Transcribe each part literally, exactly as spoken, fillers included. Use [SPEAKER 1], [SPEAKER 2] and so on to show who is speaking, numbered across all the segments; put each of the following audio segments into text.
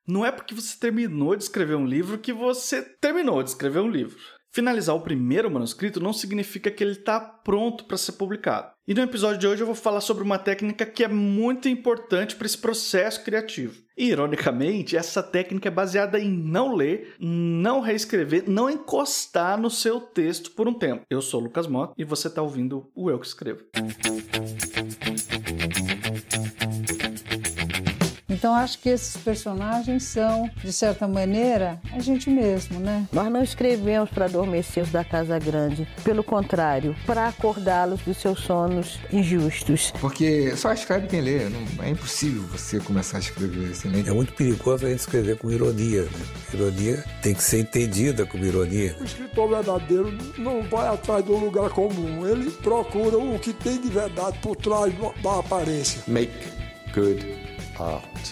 [SPEAKER 1] Não é porque você terminou de escrever um livro que você terminou de escrever um livro. Finalizar o primeiro manuscrito não significa que ele está pronto para ser publicado. E no episódio de hoje eu vou falar sobre uma técnica que é muito importante para esse processo criativo. E, ironicamente, essa técnica é baseada em não ler, não reescrever, não encostar no seu texto por um tempo. Eu sou o Lucas Mota e você está ouvindo o Eu Que Escrevo.
[SPEAKER 2] Então, acho que esses personagens são, de certa maneira, a gente mesmo, né?
[SPEAKER 3] Nós não escrevemos para adormecer os da Casa Grande. Pelo contrário, para acordá-los dos seus sonos injustos.
[SPEAKER 4] Porque só escreve quem lê. Não, é impossível você começar a escrever assim, né?
[SPEAKER 5] É muito perigoso a gente escrever com ironia, né? Ironia tem que ser entendida como ironia.
[SPEAKER 6] O escritor verdadeiro não vai atrás do lugar comum. Ele procura o que tem de verdade por trás da aparência.
[SPEAKER 7] Make good art.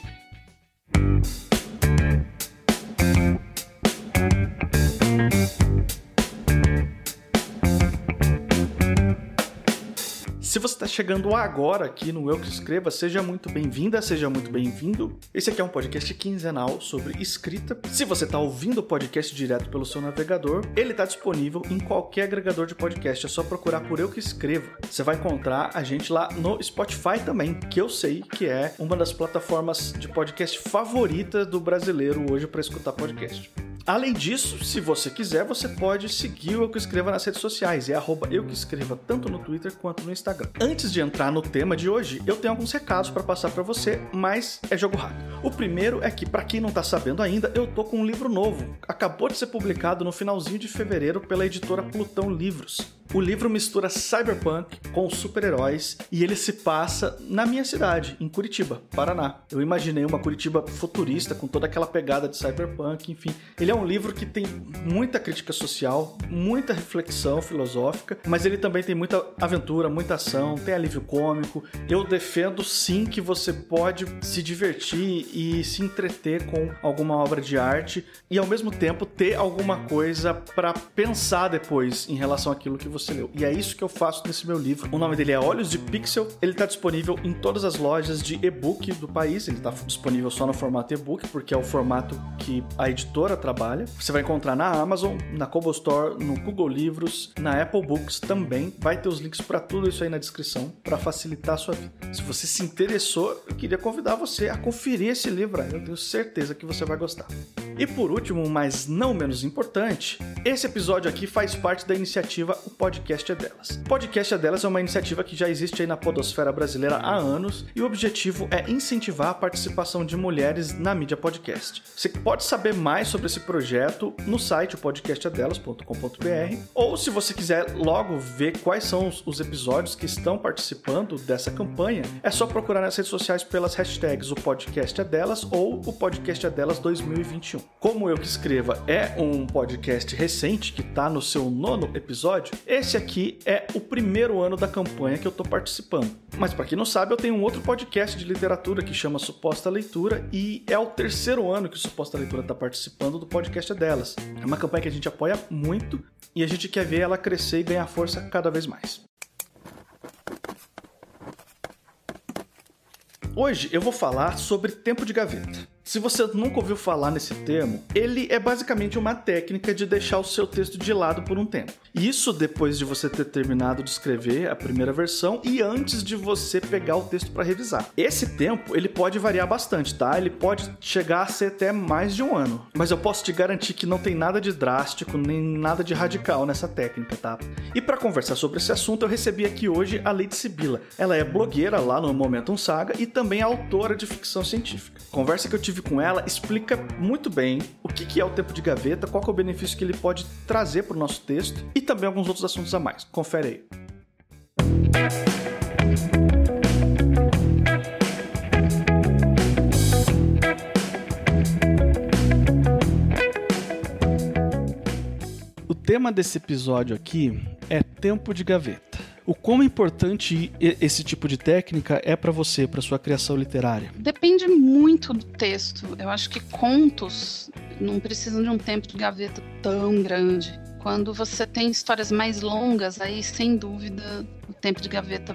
[SPEAKER 1] Se você está chegando agora aqui no Eu Que Escreva, seja muito bem-vinda, seja muito bem-vindo. Esse aqui é um podcast quinzenal sobre escrita. Se você está ouvindo o podcast direto pelo seu navegador, ele está disponível em qualquer agregador de podcast. É só procurar por Eu Que Escreva. Você vai encontrar a gente lá no Spotify também, que eu sei que é uma das plataformas de podcast favorita do brasileiro hoje para escutar podcast. Além disso, se você quiser, você pode seguir o Eu Que Escreva nas redes sociais. É arroba Eu Que Escreva, tanto no Twitter quanto no Instagram. Antes de entrar no tema de hoje, eu tenho alguns recados para passar para você, mas é jogo rápido. O primeiro é que, para quem não tá sabendo ainda, eu tô com um livro novo. Acabou de ser publicado no finalzinho de fevereiro pela editora Plutão Livros. O livro mistura cyberpunk com super-heróis e ele se passa na minha cidade, em Curitiba, Paraná. Eu imaginei uma Curitiba futurista com toda aquela pegada de cyberpunk, enfim. Ele é um livro que tem muita crítica social, muita reflexão filosófica, mas ele também tem muita aventura, muita ação, tem alívio cômico. Eu defendo sim que você pode se divertir e se entreter com alguma obra de arte e ao mesmo tempo ter alguma coisa para pensar depois em relação àquilo que você você leu. E é isso que eu faço nesse meu livro. O nome dele é Olhos de Pixel. Ele está disponível em todas as lojas de e-book do país. Ele está disponível só no formato e-book, porque é o formato que a editora trabalha. Você vai encontrar na Amazon, na Kobo Store, no Google Livros, na Apple Books também. Vai ter os links para tudo isso aí na descrição, para facilitar a sua vida. Se você se interessou, eu queria convidar você a conferir esse livro. Eu tenho certeza que você vai gostar. E por último, mas não menos importante, esse episódio aqui faz parte da iniciativa O Podcast é Delas. O Podcast é Delas é uma iniciativa que já existe aí na podosfera brasileira há anos e o objetivo é incentivar a participação de mulheres na mídia podcast. Você pode saber mais sobre esse projeto no site o podcast é delas ponto com ponto b r ou se você quiser logo ver quais são os episódios que estão participando dessa campanha, é só procurar nas redes sociais pelas hashtags O Podcast é Delas ou O Podcast é Delas dois mil e vinte e um. Como Eu Que Escreva é um podcast recente que está no seu nono episódio, esse aqui é o primeiro ano da campanha que eu estou participando. Mas para quem não sabe, eu tenho um outro podcast de literatura que chama Suposta Leitura e é o terceiro ano que o Suposta Leitura está participando do Podcast é Delas. É uma campanha que a gente apoia muito e a gente quer ver ela crescer e ganhar força cada vez mais. Hoje eu vou falar sobre tempo de gaveta. Se você nunca ouviu falar nesse termo, ele é basicamente uma técnica de deixar o seu texto de lado por um tempo. Isso depois de você ter terminado de escrever a primeira versão e antes de você pegar o texto para revisar. Esse tempo, ele pode variar bastante, tá? Ele pode chegar a ser até mais de um ano. Mas eu posso te garantir que não tem nada de drástico, nem nada de radical nessa técnica, tá? E para conversar sobre esse assunto, eu recebi aqui hoje a Lady Sibila. Ela é blogueira lá no Momentum Saga e também autora de ficção científica. Conversa que eu tive com ela explica muito bem o que é o tempo de gaveta, qual que é o benefício que ele pode trazer para o nosso texto e também alguns outros assuntos a mais. Confere aí. O tema desse episódio aqui é tempo de gaveta. O quão importante esse tipo de técnica é para você, para sua criação literária?
[SPEAKER 8] Depende muito do texto. Eu acho que contos não precisam de um tempo de gaveta tão grande. Quando você tem histórias mais longas, aí sem dúvida o tempo de gaveta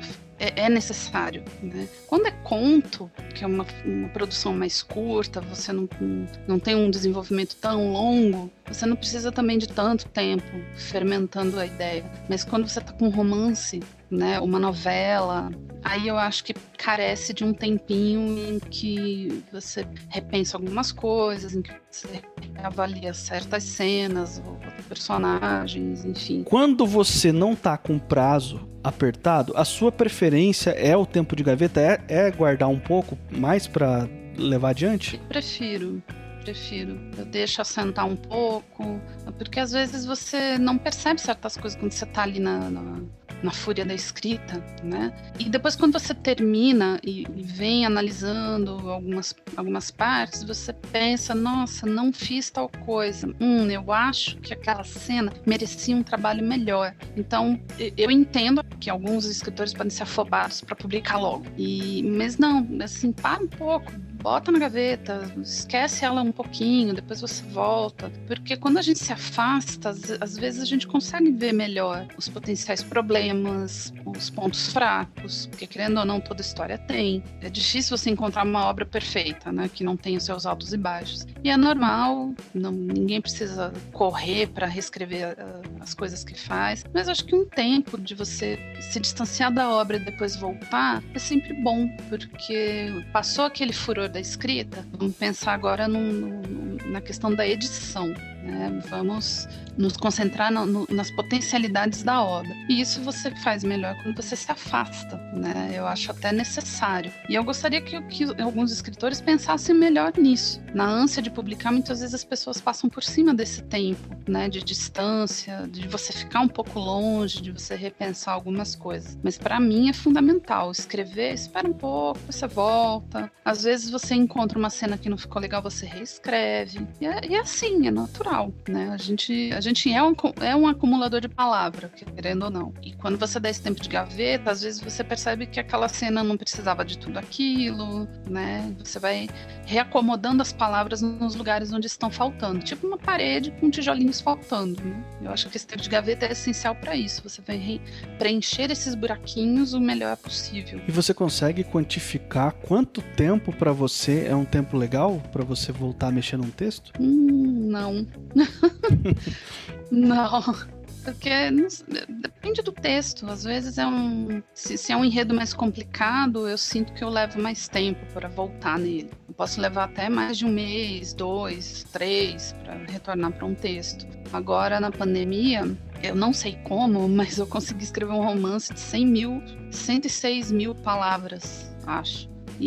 [SPEAKER 8] é, é necessário, né? Quando é conto, que é uma, uma produção mais curta, você não, não tem um desenvolvimento tão longo, você não precisa também de tanto tempo fermentando a ideia. Mas quando você está com um romance, né, uma novela, aí eu acho que carece de um tempinho em que você repensa algumas coisas, em que você avalia certas cenas ou personagens, enfim.
[SPEAKER 1] Quando você não tá com prazo apertado, a sua preferência é o tempo de gaveta? É, é guardar um pouco mais para levar adiante?
[SPEAKER 8] Eu prefiro. Prefiro. Eu deixo assentar um pouco, porque às vezes você não percebe certas coisas quando você tá ali na, na, na fúria da escrita, né? E depois quando você termina e, e vem analisando algumas, algumas partes, você pensa, nossa, não fiz tal coisa. Hum, eu acho que aquela cena merecia um trabalho melhor. Então, eu entendo que alguns escritores podem ser afobados para publicar logo. E, mas não, assim, para um pouco. Bota na gaveta, esquece ela um pouquinho, depois você volta. Porque quando a gente se afasta, às vezes a gente consegue ver melhor os potenciais problemas, os pontos fracos, porque querendo ou não, toda história tem. É difícil você encontrar uma obra perfeita, né, que não tenha os seus altos e baixos. E é normal, não, ninguém precisa correr para reescrever uh, as coisas que faz. Mas acho que um tempo de você se distanciar da obra e depois voltar é sempre bom, porque passou aquele furor da escrita, vamos pensar agora no, no, na questão da edição, né? Vamos nos concentrar no, no, nas potencialidades da obra. E isso você faz melhor quando você se afasta, né? Eu acho até necessário. E eu gostaria que, que alguns escritores pensassem melhor nisso. Na ânsia de publicar, muitas vezes as pessoas passam por cima desse tempo, né? De distância, de você ficar um pouco longe, de você repensar algumas coisas. Mas para mim é fundamental escrever, espera um pouco, você volta. Às vezes você encontra uma cena que não ficou legal, você reescreve. E é, e é assim, é natural, né? A gente... A gente é um, é um acumulador de palavra, querendo ou não. E quando você dá esse tempo de gaveta, às vezes você percebe que aquela cena não precisava de tudo aquilo, né? Você vai reacomodando as palavras nos lugares onde estão faltando. Tipo uma parede com tijolinhos faltando, né? Eu acho que esse tempo de gaveta é essencial para isso. Você vai preencher esses buraquinhos o melhor possível.
[SPEAKER 1] E você consegue quantificar quanto tempo para você é um tempo legal para você voltar a mexer num texto?
[SPEAKER 8] Hum, não. Não, porque não, depende do texto. Às vezes é um... Se, se é um enredo mais complicado, eu sinto que eu levo mais tempo para voltar nele. Eu posso levar até mais de um mês, dois, três, para retornar para um texto. Agora, na pandemia, eu não sei como, mas eu consegui escrever um romance de cem mil, cento e seis mil palavras, acho.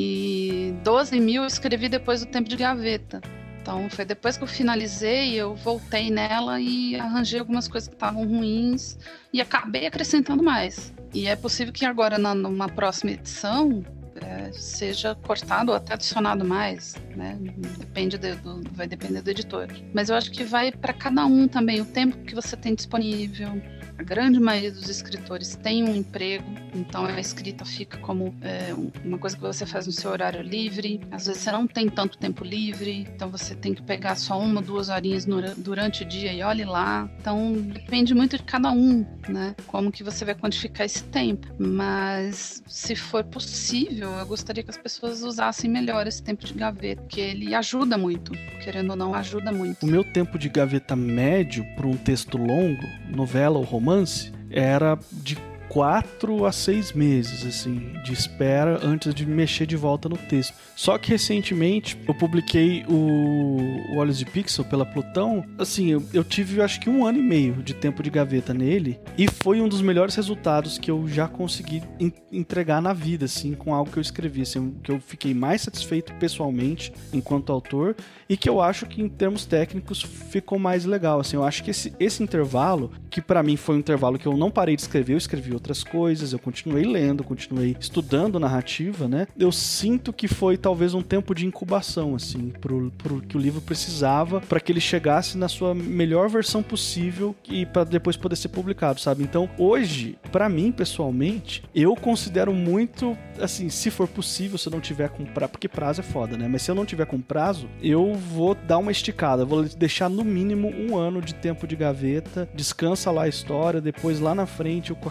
[SPEAKER 8] E doze mil eu escrevi depois do tempo de gaveta. Então, foi depois que eu finalizei, eu voltei nela e arranjei algumas coisas que estavam ruins e acabei acrescentando mais. E é possível que agora, na, numa próxima edição, é, seja cortado ou até adicionado mais, né? Depende de, do, vai depender do editor. Mas eu acho que vai para cada um também, o tempo que você tem disponível. A grande maioria dos escritores tem um emprego, então a escrita fica como é, uma coisa que você faz no seu horário livre. Às vezes você não tem tanto tempo livre, então você tem que pegar só uma, duas horinhas no, durante o dia e olhe lá. Então depende muito de cada um, né? Como que você vai quantificar esse tempo. Mas se for possível, eu gostaria que as pessoas usassem melhor esse tempo de gaveta, porque ele ajuda muito, querendo ou não, ajuda muito.
[SPEAKER 1] O meu tempo de gaveta médio para um texto longo, novela ou romance, romance era de quatro a seis meses, assim, de espera antes de mexer de volta no texto. Só que recentemente eu publiquei o, o Olhos de Pixel pela Plutão. Assim, eu, eu tive acho que um ano e meio de tempo de gaveta nele e foi um dos melhores resultados que eu já consegui in, entregar na vida, assim, com algo que eu escrevi, assim, que eu fiquei mais satisfeito pessoalmente enquanto autor e que eu acho que em termos técnicos ficou mais legal, assim. Eu acho que esse, esse intervalo, que pra mim foi um intervalo que eu não parei de escrever, eu escrevi outras coisas, eu continuei lendo, continuei estudando narrativa, né? Eu sinto que foi talvez um tempo de incubação, assim, pro, pro que o livro precisava para que ele chegasse na sua melhor versão possível e para depois poder ser publicado, sabe? Então, hoje, para mim, pessoalmente, eu considero muito, assim, se for possível, se eu não tiver com prazo, porque prazo é foda, né? Mas se eu não tiver com prazo, eu vou dar uma esticada, vou deixar no mínimo um ano de tempo de gaveta, descansa lá a história, depois lá na frente, eu com a cabeça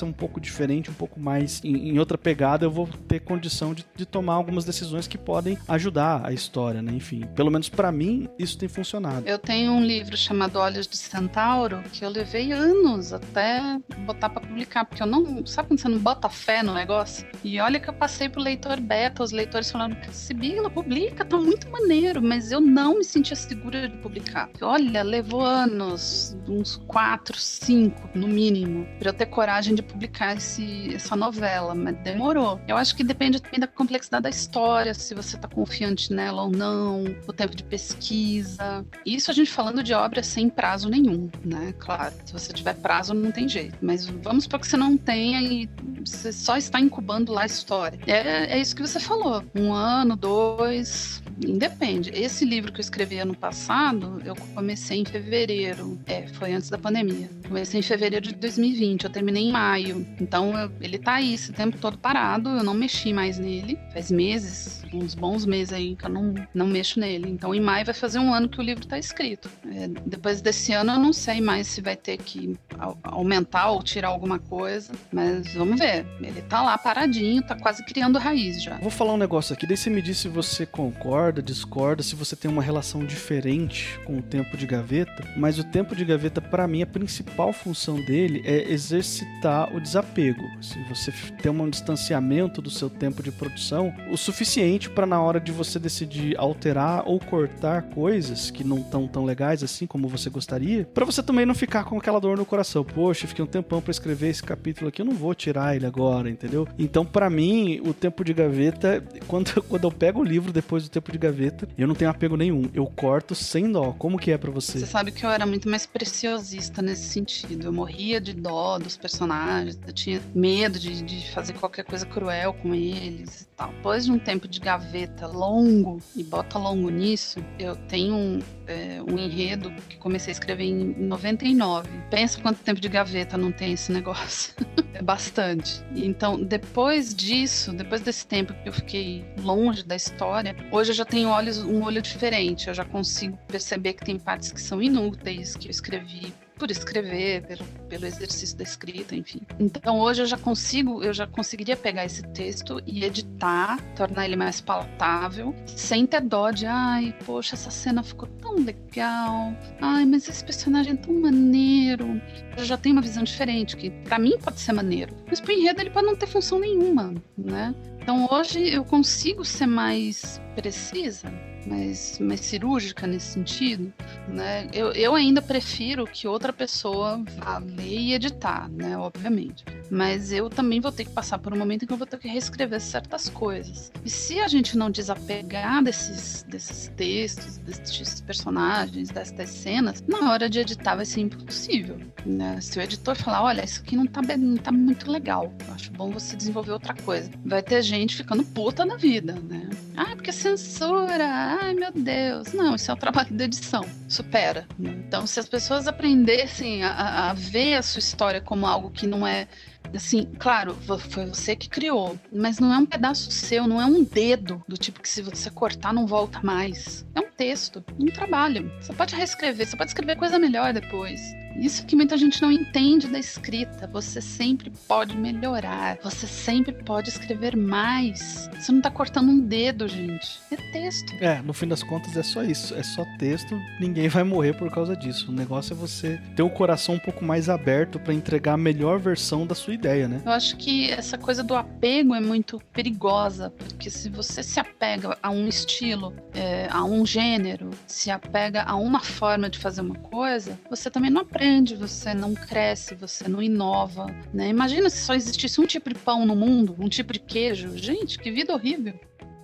[SPEAKER 1] um pouco diferente, um pouco mais em, em outra pegada, eu vou ter condição de, de tomar algumas decisões que podem ajudar a história, né? Enfim, pelo menos pra mim, isso tem funcionado.
[SPEAKER 8] Eu tenho um livro chamado Olhos de Centauro, que eu levei anos até botar pra publicar, porque eu não... Sabe quando você não bota fé no negócio? E olha que eu passei pro leitor beta, os leitores falando, Sibila, publica, tá muito maneiro, mas eu não me sentia segura de publicar. Olha, levou anos, uns quatro, cinco, no mínimo, pra eu ter coragem de publicar esse, essa novela, mas demorou. Eu acho que depende também da complexidade da história, se você tá confiante nela ou não, o tempo de pesquisa. Isso a gente falando de obra sem prazo nenhum, né? Claro, se você tiver prazo não tem jeito, mas vamos supor que você não tenha e você só está incubando lá a história. É, é isso que você falou, um ano, dois... Independe. Esse livro que eu escrevi ano passado, eu comecei em fevereiro. É, foi antes da pandemia. Comecei em fevereiro de dois mil e vinte, eu terminei em maio. Então, eu, ele tá aí esse tempo todo parado, eu não mexi mais nele. Faz meses, uns bons meses aí que eu não, não mexo nele. Então, em maio vai fazer um ano que o livro tá escrito. É, depois desse ano, eu não sei mais se vai ter que aumentar ou tirar alguma coisa, mas vamos ver. Ele tá lá paradinho, tá quase criando raiz já.
[SPEAKER 1] Vou falar um negócio aqui, daí você me diz se você concorda, discorda, se você tem uma relação diferente com o tempo de gaveta, mas o tempo de gaveta, para mim, a principal função dele é exercitar o desapego. Se você tem um distanciamento do seu tempo de produção, o suficiente para na hora de você decidir alterar ou cortar coisas que não estão tão legais assim como você gostaria, para você também não ficar com aquela dor no coração. Poxa, fiquei um tempão para escrever esse capítulo aqui, eu não vou tirar ele agora, entendeu? Então, para mim, o tempo de gaveta, quando, quando eu pego o livro depois do tempo de gaveta, eu não tenho apego nenhum, eu corto sem dó. Como que é pra você?
[SPEAKER 8] Você sabe que eu era muito mais preciosista nesse sentido, eu morria de dó dos personagens, eu tinha medo de, de fazer qualquer coisa cruel com eles e tal. Depois de um tempo de gaveta longo, e bota longo nisso, eu tenho um, é, um enredo que comecei a escrever em noventa e nove. Pensa quanto tempo de gaveta não tem esse negócio. É bastante. Então, depois disso, depois desse tempo que eu fiquei longe da história, hoje eu já tenho olhos, um olho diferente, eu já consigo perceber que tem partes que são inúteis, que eu escrevi por escrever, pelo, pelo exercício da escrita, enfim. Então hoje eu já consigo, eu já conseguiria pegar esse texto e editar, tornar ele mais palatável, sem ter dó de, ai, poxa, essa cena ficou tão legal, ai, mas esse personagem é tão maneiro. Eu já tenho uma visão diferente, que pra mim pode ser maneiro, mas pro enredo ele pode não ter função nenhuma, né? Então hoje eu consigo ser mais precisa, mais, mais cirúrgica nesse sentido, né? Eu, eu ainda prefiro que outra pessoa vá ler e editar, né? Obviamente. Mas eu também vou ter que passar por um momento em que eu vou ter que reescrever certas coisas. E se a gente não desapegar desses, desses textos, desses personagens, dessas cenas, na hora de editar vai ser impossível, né? Se o editor falar, olha, isso aqui não tá, não tá muito legal, eu acho bom você desenvolver outra coisa. Vai ter gente ficando puta na vida, né? Ah, porque censura, ai meu Deus. Não, isso é o trabalho da edição, supera, né? Então, se as pessoas aprendessem a, a ver a sua história como algo que não é assim, claro, foi você que criou, mas não é um pedaço seu, não é um dedo do tipo que se você cortar não volta mais. É um texto, um trabalho. Você pode reescrever, você pode escrever coisa melhor depois. Isso que muita gente não entende da escrita. Você sempre pode melhorar. Você sempre pode escrever mais. Você não tá cortando um dedo, gente. É texto.
[SPEAKER 1] É, no fim das contas é só isso. É só texto. Ninguém vai morrer por causa disso. O negócio é você ter o coração um pouco mais aberto pra entregar a melhor versão da sua ideia, né?
[SPEAKER 8] Eu acho que essa coisa do apego é muito perigosa. Porque se você se apega a um estilo, é, a um gênero, se apega a uma forma de fazer uma coisa, você também não aprende. Você não cresce, você não inova, né? Imagina se só existisse um tipo de pão no mundo, um tipo de queijo. Gente, que vida horrível.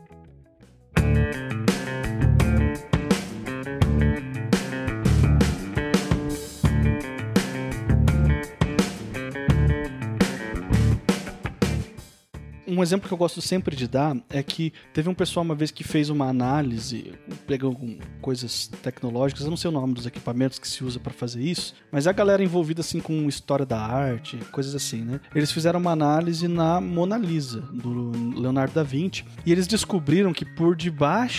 [SPEAKER 1] Um exemplo que eu gosto sempre de dar é que teve um pessoal uma vez que fez uma análise, pegou coisas tecnológicas, eu não sei o nome dos equipamentos que se usa para fazer isso, mas a galera envolvida assim com história da arte, coisas assim, né? Eles fizeram uma análise na Mona Lisa, do Leonardo da Vinci, e eles descobriram que por debaixo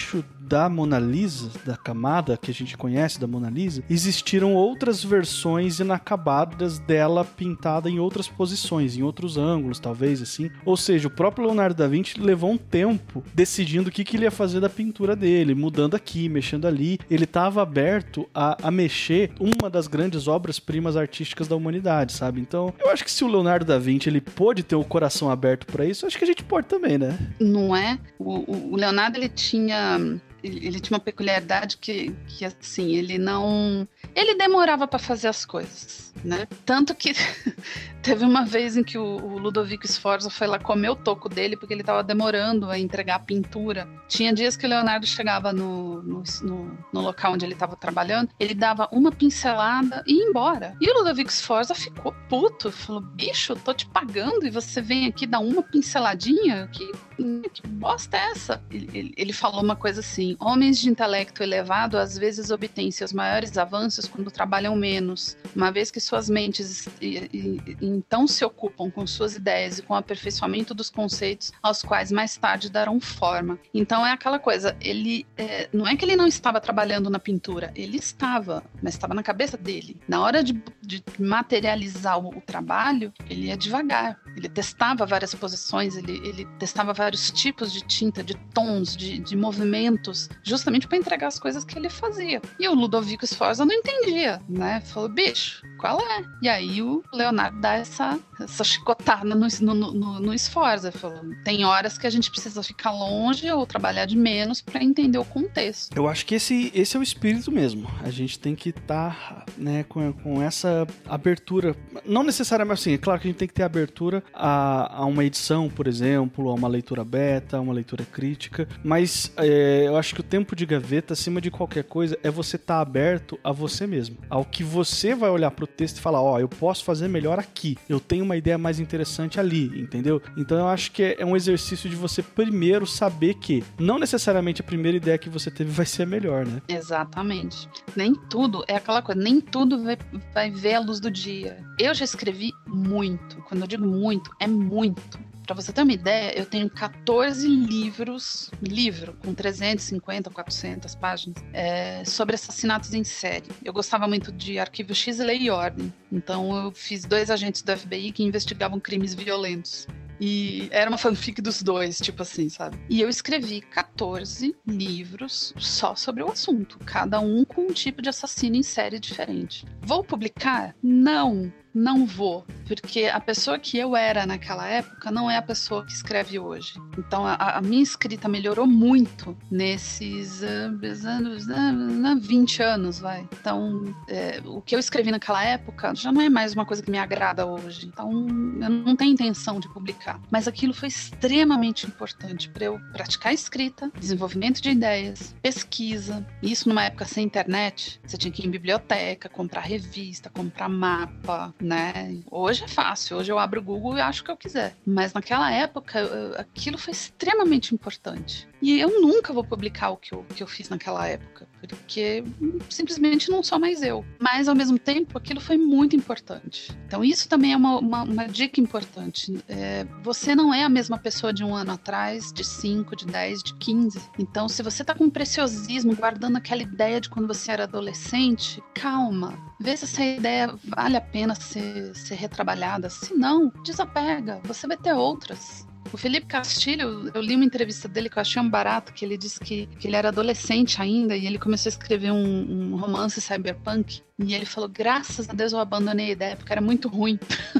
[SPEAKER 1] da Mona Lisa, da camada que a gente conhece da Mona Lisa, existiram outras versões inacabadas dela pintada em outras posições, em outros ângulos, talvez, assim. Ou seja, o próprio Leonardo da Vinci levou um tempo decidindo o que, que ele ia fazer da pintura dele, mudando aqui, mexendo ali. Ele estava aberto a, a mexer uma das grandes obras-primas artísticas da humanidade, sabe? Então, eu acho que se o Leonardo da Vinci ele pôde ter o coração aberto para isso, acho que a gente pode também, né?
[SPEAKER 8] Não é? O, o Leonardo, ele tinha... Ele tinha uma peculiaridade que, que, assim, ele não... Ele demorava para fazer as coisas, né? Tanto que teve uma vez em que o, o Ludovico Sforza foi lá comer o toco dele porque ele estava demorando a entregar a pintura. Tinha dias que o Leonardo chegava no, no, no, no local onde ele estava trabalhando, ele dava uma pincelada e ia embora. E o Ludovico Sforza ficou puto, falou, bicho, eu tô te pagando e você vem aqui dar uma pinceladinha? Que, que bosta é essa? Ele, ele, ele falou uma coisa assim, homens de intelecto elevado às vezes obtêm seus maiores avanços quando trabalham menos, uma vez que suas mentes e, e, e, então se ocupam com suas ideias e com o aperfeiçoamento dos conceitos aos quais mais tarde darão forma. Então é aquela coisa, ele é, não é que ele não estava trabalhando na pintura, ele estava, mas estava na cabeça dele. Na hora de, de materializar o, o trabalho, ele ia devagar, ele testava várias posições, ele, ele testava vários tipos de tinta, de tons, de, de movimentos, justamente para entregar as coisas que ele fazia. E o Ludovico Sforza não entendia, né? Falou, bicho, qual é? E aí o Leonardo dá essa, essa chicotada no, no, no, no Sforza. Falou, tem horas que a gente precisa ficar longe ou trabalhar de menos para entender o contexto.
[SPEAKER 1] Eu acho que esse, esse é o espírito mesmo. A gente tem que estar, tá, né, com, com essa abertura. Não necessariamente assim, é claro que a gente tem que ter abertura a, a uma edição, por exemplo, a uma leitura beta, a uma leitura crítica, mas é, eu acho que o tempo de gaveta, acima de qualquer coisa, é você estar tá aberto a você mesmo, ao que você vai olhar pro texto e falar, ó, oh, eu posso fazer melhor aqui, eu tenho uma ideia mais interessante ali, entendeu? Então eu acho que é um exercício de você primeiro saber que não necessariamente a primeira ideia que você teve vai ser a melhor, né?
[SPEAKER 8] Exatamente. Nem tudo, é aquela coisa, nem tudo vai, vai ver a luz do dia. Eu já escrevi muito, quando eu digo muito, é muito. Pra você ter uma ideia, eu tenho catorze livros, livro com trezentas e cinquenta, quatrocentas páginas, é, sobre assassinatos em série. Eu gostava muito de Arquivo X e Lei e Ordem. Então eu fiz dois agentes do F B I que investigavam crimes violentos. E era uma fanfic dos dois, tipo assim, sabe? E eu escrevi catorze livros só sobre o assunto, cada um com um tipo de assassino em série diferente. Vou publicar? Não. Não vou, porque a pessoa que eu era naquela época não é a pessoa que escreve hoje. Então a, a minha escrita melhorou muito nesses uh, anos, uh, vinte anos, vai. Então é, o que eu escrevi naquela época já não é mais uma coisa que me agrada hoje. Então eu não tenho intenção de publicar. Mas aquilo foi extremamente importante para eu praticar a escrita, desenvolvimento de ideias, pesquisa. Isso numa época sem internet, você tinha que ir em biblioteca, comprar revista, comprar mapa, né? Hoje é fácil, hoje eu abro o Google e acho o que eu quiser. Mas naquela época, eu, aquilo foi extremamente importante. E eu nunca vou publicar o que eu, que eu fiz naquela época, porque simplesmente não sou mais eu. Mas, ao mesmo tempo, aquilo foi muito importante. Então, isso também é uma, uma, uma dica importante. É, você não é a mesma pessoa de um ano atrás, de cinco, de dez, de quinze. Então, se você tá com preciosismo, guardando aquela ideia de quando você era adolescente, calma. Vê se essa ideia vale a pena ser, ser retrabalhada. Se não, desapega. Você vai ter outras. O Felipe Castilho, eu li uma entrevista dele que eu achei um barato, que ele disse que, que ele era adolescente ainda e ele começou a escrever um, um romance cyberpunk. E ele falou, graças a Deus eu abandonei a ideia, porque era muito ruim.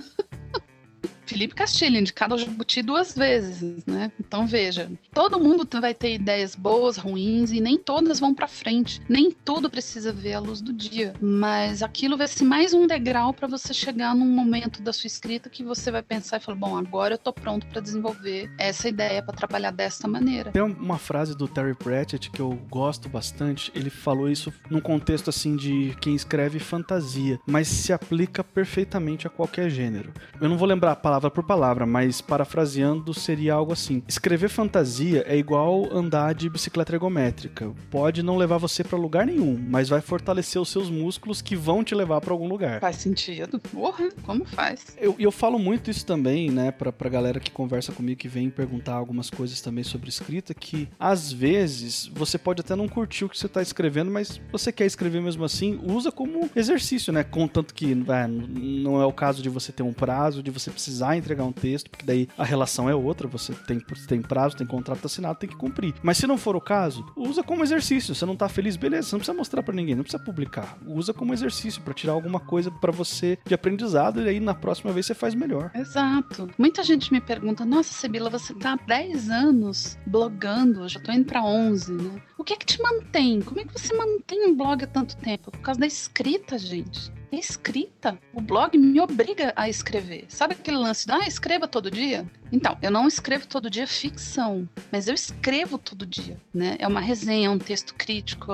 [SPEAKER 8] Felipe Castilho, indicado ao Jabuti duas vezes, né? Então veja, todo mundo vai ter ideias boas, ruins, e nem todas vão pra frente. Nem tudo precisa ver a luz do dia. Mas aquilo vai ser mais um degrau para você chegar num momento da sua escrita que você vai pensar e falar, bom, agora eu tô pronto para desenvolver essa ideia, para trabalhar dessa maneira.
[SPEAKER 1] Tem uma frase do Terry Pratchett que eu gosto bastante. Ele falou isso num contexto assim de quem escreve fantasia, mas se aplica perfeitamente a qualquer gênero. Eu não vou lembrar a palavra palavra por palavra, mas parafraseando seria algo assim. Escrever fantasia é igual andar de bicicleta ergométrica. Pode não levar você pra lugar nenhum, mas vai fortalecer os seus músculos que vão te levar pra algum lugar.
[SPEAKER 8] Faz sentido. Porra, como faz?
[SPEAKER 1] Eu, eu falo muito isso também, né, pra, pra galera que conversa comigo, que vem perguntar algumas coisas também sobre escrita, que às vezes você pode até não curtir o que você tá escrevendo, mas você quer escrever mesmo assim, usa como exercício, né, contanto que é, não é o caso de você ter um prazo, de você precisar entregar um texto, porque daí a relação é outra, você tem, tem prazo, tem contrato assinado, tem que cumprir. Mas se não for o caso, usa como exercício. Você não tá feliz, beleza, você não precisa mostrar pra ninguém, não precisa publicar. Usa como exercício pra tirar alguma coisa pra você de aprendizado e aí na próxima vez você faz melhor.
[SPEAKER 8] Exato. Muita gente me pergunta, nossa, Sibila, você tá há dez anos blogando, eu já tô indo pra onze, né? O que é que te mantém? Como é que você mantém um blog há tanto tempo? Por causa da escrita, gente. A escrita, o blog me obriga a escrever. Sabe aquele lance de, ah, escreva todo dia? Então, eu não escrevo todo dia ficção, mas eu escrevo todo dia, né? É uma resenha, é um texto crítico,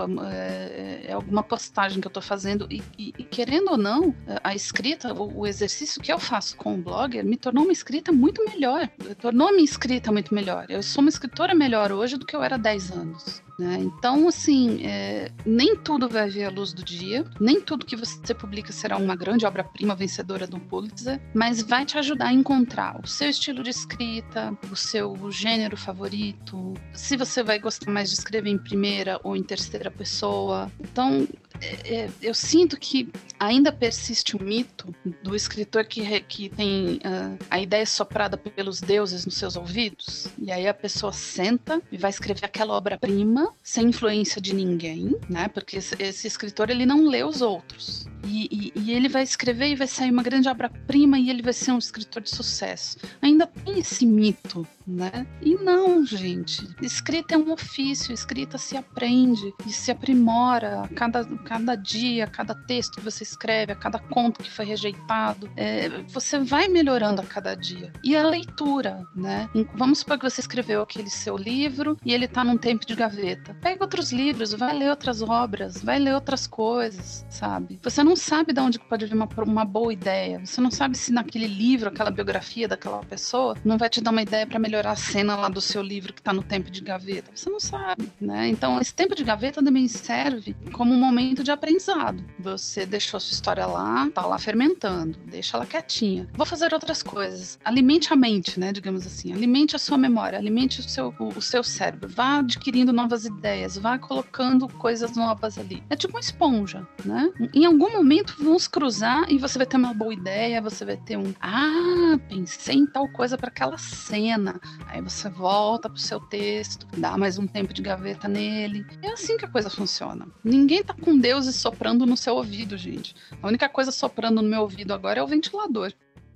[SPEAKER 8] é, é alguma postagem que eu tô fazendo e, e, e querendo ou não, a escrita, o, o exercício que eu faço com o blogger me tornou uma escrita muito melhor, tornou a minha escrita muito melhor. Eu sou uma escritora melhor hoje do que eu era há dez anos. Né? Então, assim, é, nem tudo vai ver a luz do dia, nem tudo que você publica será uma grande obra-prima vencedora do Pulitzer, mas vai te ajudar a encontrar o seu estilo de escrita, o seu gênero favorito, se você vai gostar mais de escrever em primeira ou em terceira pessoa. Então, é, é, eu sinto que ainda persiste o mito do escritor que, re, que tem uh, a ideia soprada pelos deuses nos seus ouvidos, e aí a pessoa senta e vai escrever aquela obra-prima sem influência de ninguém, né? Porque esse, esse escritor, ele não lê os outros. E, e, e ele vai escrever e vai sair uma grande obra-prima e ele vai ser um escritor de sucesso. Ainda tem esse mito, né? E não, gente. Escrita é um ofício, escrita se aprende e se aprimora a cada, cada dia, a cada texto que você escreve, a cada conto que foi rejeitado. É, você vai melhorando a cada dia. E a leitura, né? Vamos supor que você escreveu aquele seu livro e ele tá num tempo de gaveta. Pega outros livros, vai ler outras obras, vai ler outras coisas, sabe? Você não sabe de onde pode vir uma, uma boa ideia. Você não sabe se naquele livro, aquela biografia daquela pessoa, não vai te dar uma ideia para melhorar a cena lá do seu livro que tá no tempo de gaveta. Você não sabe, né? Então, esse tempo de gaveta também serve como um momento de aprendizado. Você deixou a sua história lá, tá lá fermentando, deixa ela quietinha. Vou fazer outras coisas. Alimente a mente, né? Digamos assim. Alimente a sua memória, alimente o seu, o, o seu cérebro. Vá adquirindo novas ideias, vá colocando coisas novas ali. É tipo uma esponja, né? Em algum momento vão se cruzar e você vai ter uma boa ideia, você vai ter um, ah, pensei em tal coisa para aquela cena. Aí você volta pro seu texto, dá mais um tempo de gaveta nele. É assim que a coisa funciona. Ninguém tá com deuses soprando no seu ouvido, gente. A única coisa soprando no meu ouvido agora é o ventilador.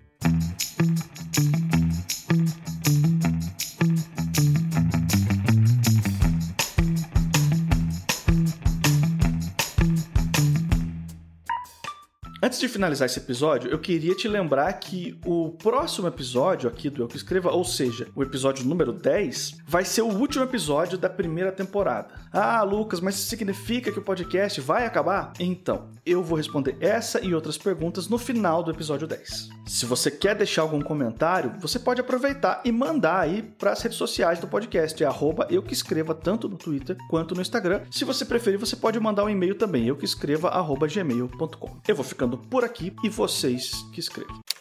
[SPEAKER 1] Antes de finalizar esse episódio, eu queria te lembrar que o próximo episódio aqui do Eu Que Escreva, ou seja, o episódio número dez, vai ser o último episódio da primeira temporada. Ah, Lucas, mas isso significa que o podcast vai acabar? Então, eu vou responder essa e outras perguntas no final do episódio dez. Se você quer deixar algum comentário, você pode aproveitar e mandar aí para as redes sociais do podcast, é arroba Eu Que Escreva, tanto no Twitter quanto no Instagram. Se você preferir, você pode mandar um e-mail também, eu que escreva arroba gmail ponto com. Eu vou ficando por aqui e vocês que escrevam.